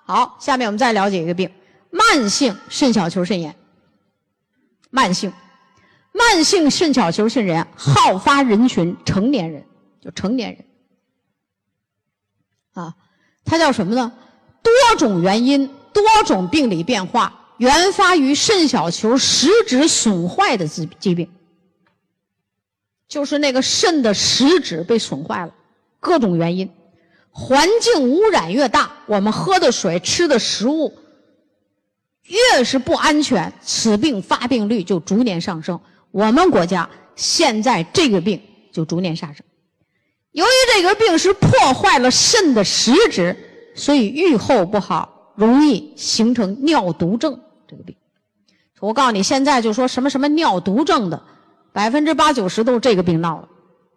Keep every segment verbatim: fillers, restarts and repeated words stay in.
好，下面我们再了解一个病，慢性肾小球肾炎。慢性，慢性肾小球肾炎好发人群成年人，就成年人。啊，它叫什么呢？多种原因、多种病理变化，原发于肾小球实质损坏的疾病，就是那个肾的实质被损坏了，各种原因。环境污染越大，我们喝的水、吃的食物越是不安全，此病发病率就逐年上升。我们国家现在这个病就逐年上升。由于这个病是破坏了肾的实质，所以预后不好，容易形成尿毒症这个病。我告诉你，现在就说什么什么尿毒症的，百分之八九十都是这个病闹的。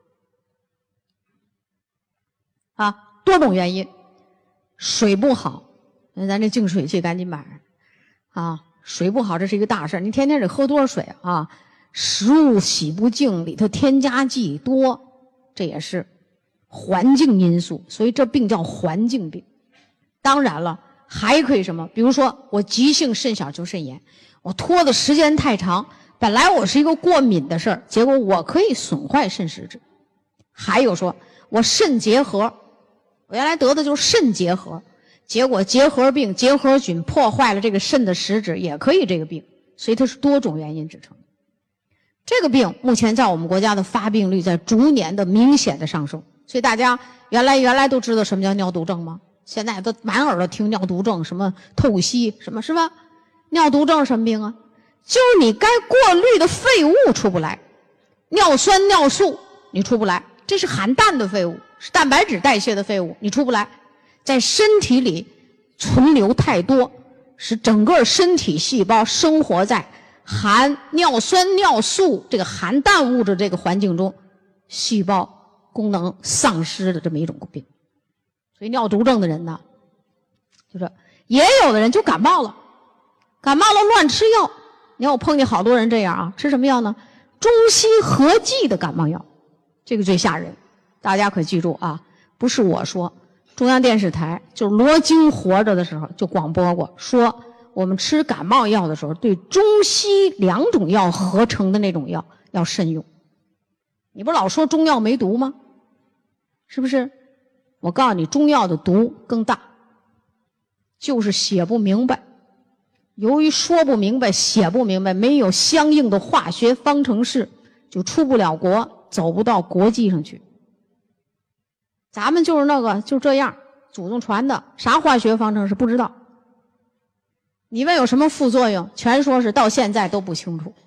啊，多种原因，水不好，那咱这净水器赶紧买啊！水不好，这是一个大事，你天天得喝多少水啊？食物洗不净，里头添加剂多，这也是环境因素，所以这病叫环境病。当然了，还可以什么？比如说我急性肾小球肾炎，我拖的时间太长，本来我是一个过敏的事儿，结果我可以损坏肾实质。还有说我肾结核，我原来得的就是肾结核，结果结核病、结核菌破坏了这个肾的实质，也可以这个病，所以它是多种原因制成的。这个病目前在我们国家的发病率在逐年的明显的上升，所以大家原来原来都知道什么叫尿毒症吗？现在都满耳朵听尿毒症，什么透析，什么是吧？尿毒症什么病啊？就是你该过滤的废物出不来，尿酸、尿素你出不来，这是含氮的废物，是蛋白质代谢的废物，你出不来，在身体里存留太多，使整个身体细胞生活在含尿酸、尿素这个含氮物质这个环境中，细胞功能丧失的这么一种病。所以尿毒症的人呢，就是也有的人就感冒了，感冒了乱吃药。你看我碰见好多人这样啊，吃什么药呢？中西合剂的感冒药，这个最吓人。大家可记住啊，不是我说，中央电视台就是罗京活着的时候就广播过，说我们吃感冒药的时候，对中西两种药合成的那种药要慎用。你不是老说中药没毒吗？是不是？我告诉你，中药的毒更大，就是写不明白。由于说不明白、写不明白，没有相应的化学方程式，就出不了国，走不到国际上去。咱们就是那个就这样祖宗传的，啥化学方程式不知道。你问有什么副作用，全说是到现在都不清楚。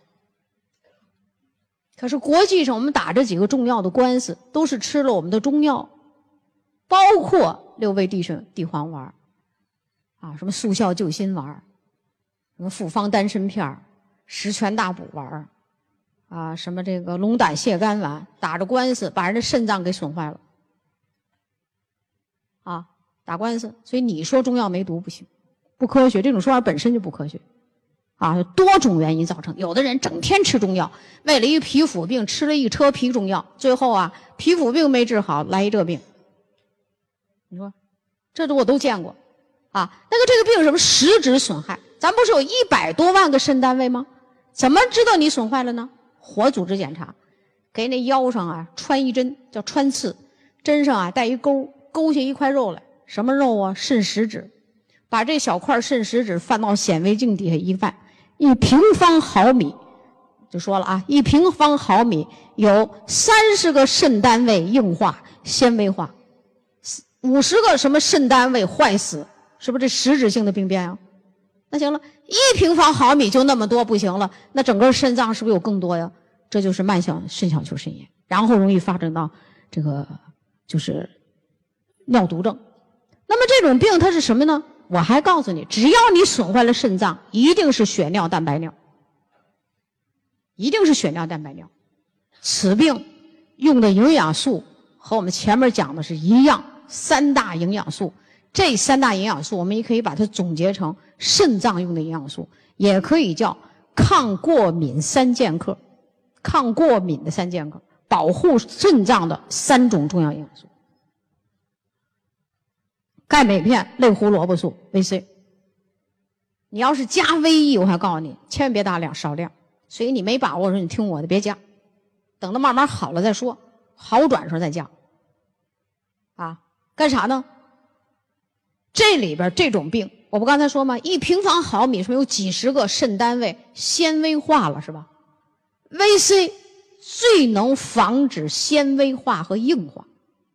可是国际上我们打这几个重要的官司，都是吃了我们的中药，包括六味地水地黄丸啊，什么速效救心丸，什么复方丹参片、十全大补丸啊，什么这个龙胆泻肝丸，打着官司把人的肾脏给损坏了啊，打官司。所以你说中药没毒不行，不科学，这种说法本身就不科学啊，有多种原因造成。有的人整天吃中药，为了一皮肤病吃了一车皮中药，最后啊皮肤病没治好，来一这病。你说这我都见过啊。那个这个病有什么实质损害？咱不是有一百多万个肾单位吗？怎么知道你损坏了呢？活组织检查，给那腰上啊穿一针，叫穿刺，针上啊带一钩，勾下一块肉来，什么肉啊？肾实质。把这小块肾实质放到显微镜底下一放，一平方毫米，就说了啊，一平方毫米有三十个肾单位硬化、纤维化，五十个什么肾单位坏死，是不是这实质性的病变啊？那行了，一平方毫米就那么多不行了，那整个肾脏是不是有更多呀？这就是慢性肾小球肾炎，然后容易发展到这个就是尿毒症。那么这种病它是什么呢？我还告诉你，只要你损坏了肾脏，一定是血尿蛋白尿，一定是血尿蛋白尿。此病用的营养素和我们前面讲的是一样，三大营养素。这三大营养素我们也可以把它总结成肾脏用的营养素，也可以叫抗过敏三剑客，抗过敏的三剑客，保护肾脏的三种重要营养素。 钙镁片、类胡萝卜素、维 C。你要是加 V E， 我还告诉你，千万别大量，少量。所以你没把握的时候，你听我的，别加，等到慢慢好了再说，好转的时候再加。啊，干啥呢？这里边这种病，我不刚才说吗？一平方毫米是不是有几十个肾单位纤维化了，是吧 ？V C 最能防止纤维化和硬化。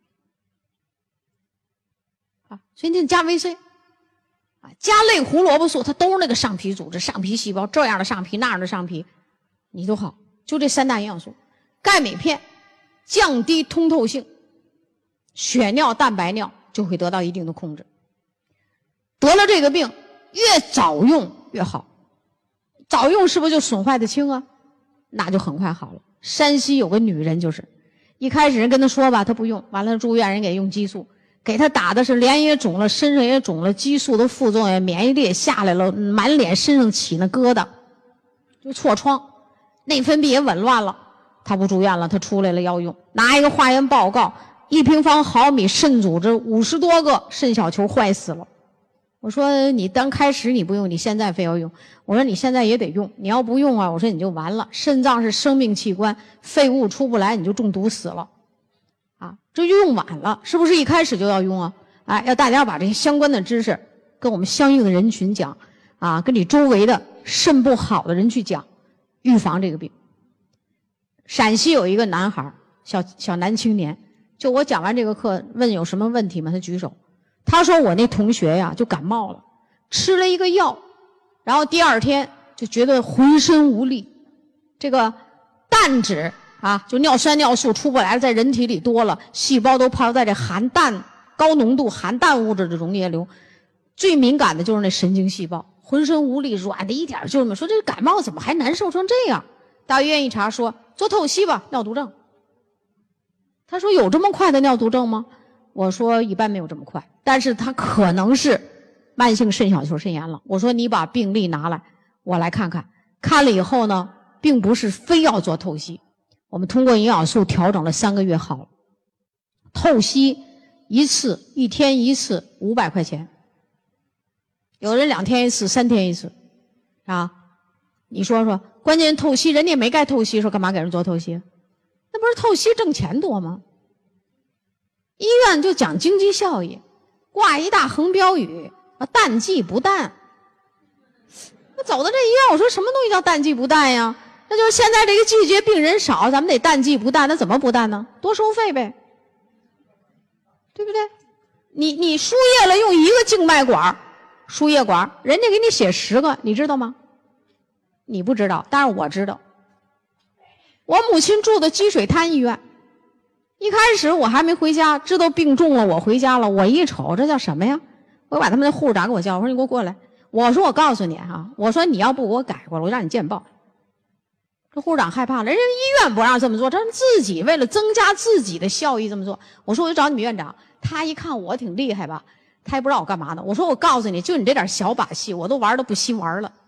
啊，所以你得加 V C。啊，加类胡萝卜素，它都是那个上皮组织、上皮细胞，这样的上皮、那样的上皮，你都好。就这三大营养素，钙镁片降低通透性，血尿、蛋白尿就会得到一定的控制。得了这个病，越早用越好。早用是不是就损坏的轻啊？那就很快好了。山西有个女人就是，一开始人跟她说吧，她不用，完了住院人给用激素。给他打的是脸也肿了，身上也肿了，激素的副作用，免疫力也下来了，满脸身上起那疙瘩，就痤疮，内分泌也紊乱了。他不住院了，他出来了要用，拿一个化验报告，一平方毫米肾组织五十多个肾小球坏死了。我说你刚开始你不用，你现在非要用。我说你现在也得用，你要不用啊，我说你就完了。肾脏是生命器官，废物出不来，你就中毒死了。啊，这就用晚了，是不是一开始就要用啊？哎，要大家把这些相关的知识跟我们相应的人群讲，啊，跟你周围的肾不好的人去讲，预防这个病。陕西有一个男孩，小小男青年，就我讲完这个课，问有什么问题吗？他举手，他说我那同学呀就感冒了，吃了一个药，然后第二天就觉得浑身无力，这个氮质。啊，就尿酸尿素出不来，在人体里多了，细胞都泡在这含氮、高浓度含氮物质的溶液流，最敏感的就是那神经细胞，浑身无力，软的一点就没。说这感冒怎么还难受成这样？到医院一查，说做透析吧，尿毒症。他说有这么快的尿毒症吗？我说一般没有这么快，但是他可能是慢性肾小球肾炎了。我说你把病历拿来，我来看看。看了以后呢，并不是非要做透析。我们通过营养素调整了三个月好了，透析一次一天一次五百块钱，有人两天一次三天一次，啊，你说说，关键透析人家也没该透析，说干嘛给人做透析？那不是透析挣钱多吗？医院就讲经济效益，挂一大横标语啊，淡季不淡。我走到这医院，我说什么东西叫淡季不淡呀？那就是现在这个季节病人少，咱们得淡季不淡，那怎么不淡呢？多收费呗，对不对？你你输液了，用一个静脉管输液管，人家给你写十个，你知道吗？你不知道，但是我知道。我母亲住的积水滩医院，一开始我还没回家，知道病重了，我回家了，我一瞅这叫什么呀？我把他们的护士长给我叫，我说你给我过来，我说我告诉你哈，我说你要不给我改过来，我让你见报。这护士长害怕了，人家医院不让这么做，这是自己为了增加自己的效益这么做。我说我就找你们院长，他一看我挺厉害吧，他也不知道我干嘛呢。我说我告诉你，就你这点小把戏，我都玩的不惜玩了。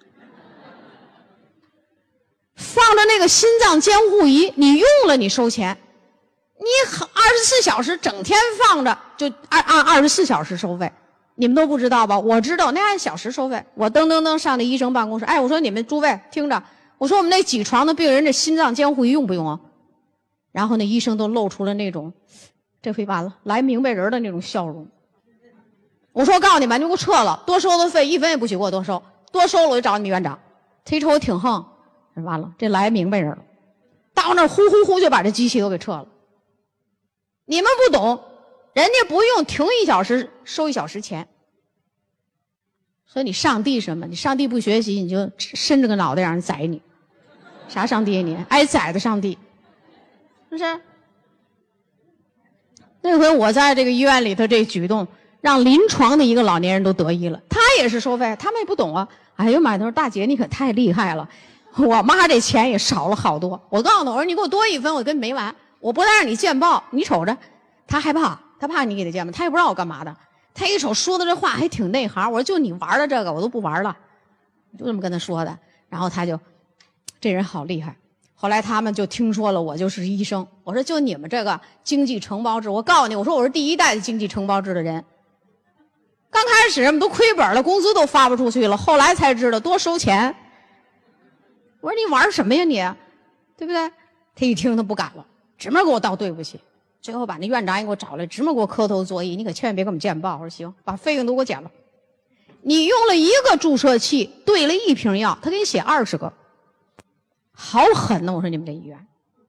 放着那个心脏监护仪，你用了你收钱，你二十四小时整天放着，就按按二十四小时收费。你们都不知道吧？我知道，那按小时收费。我噔噔噔上那医生办公室，哎，我说你们诸位听着。我说我们那几床的病人这心脏监护仪用不用啊？然后那医生都露出了那种这回完了来明白人的那种笑容。我说我告诉你们，你给我撤了，多收的费一分也不许给我多收，多收了我就找你们院长。他一瞅我挺横，完了这来明白人了，到那儿呼呼呼就把这机器都给撤了。你们不懂，人家不用停一小时收一小时钱。所以你上帝什么？你上帝不学习，你就伸着个脑袋让人宰你。啥上帝你？挨宰的上帝，是不是？那回我在这个医院里头这举动，让临床的一个老年人都得意了。他也是收费，他们也不懂啊。哎呦妈呀，他说大姐你可太厉害了，我妈这钱也少了好多。我告诉他，我说你给我多一分，我跟你没完。我不但让你见报，你瞅着，他害怕，他怕你给他见报，他也不知道我干嘛的。他一瞅说的这话还挺内行，我说就你玩的这个我都不玩了，就这么跟他说的。然后他就这人好厉害。后来他们就听说了我就是医生，我说就你们这个经济承包制，我告诉你，我说我是第一代的经济承包制的人， 刚开始我们都亏本了，工资都发不出去了，后来才知道多收钱。我说你玩什么呀你，对不对？他一听他不敢了，直门给我道对不起。最后把那院长也给我找来，直门给我磕头作揖，你可千万别给我们见报。我说行，把费用都给我减了。你用了一个注射器，兑了一瓶药，他给你写二十个，好狠呢！我说你们这医院，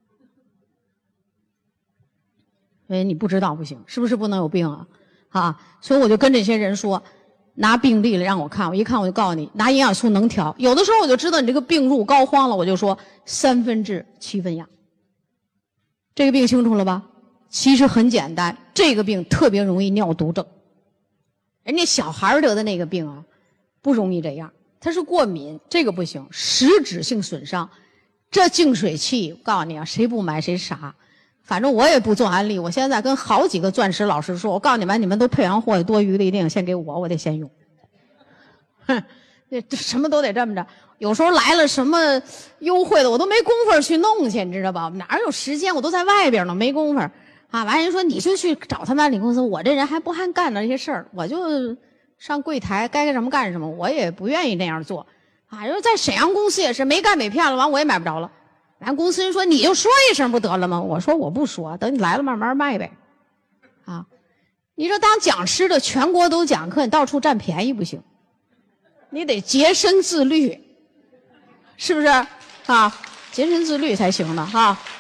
哎，你不知道不行，是不是不能有病啊？啊，所以我就跟这些人说，拿病历来让我看，我一看我就告诉你，拿营养素能调。有的时候我就知道你这个病入膏肓了，我就说三分治七分养。这个病清楚了吧？其实很简单，这个病特别容易尿毒症。人家小孩得的那个病啊，不容易这样，它是过敏，这个不行，实质性损伤。这净水器，我告诉你啊，谁不买谁傻。反正我也不做安利，我现在跟好几个钻石老师说，我告诉你们，你们都配完货，多余的一定先给我，我得先用。哼，这什么都得这么着。有时候来了什么优惠的，我都没工夫去弄去，你知道吧？哪有时间？我都在外边呢，没工夫。啊，完人说你就去找他们安利公司，我这人还不还干那些事儿，我就上柜台该干什么干什么，我也不愿意那样做。啊，因为在沈阳公司也是没干没骗了，完我也买不着了。完公司人说你就说一声不得了吗？我说我不说，等你来了慢慢卖呗。啊，你说当讲师的全国都讲课，你到处占便宜不行，你得洁身自律，是不是？啊，洁身自律才行呢，哈、啊。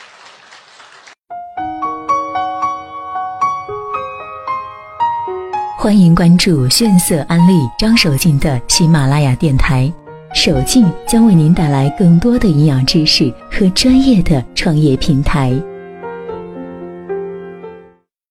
欢迎关注炫色安利张守静的喜马拉雅电台，守静将为您带来更多的营养知识和专业的创业平台。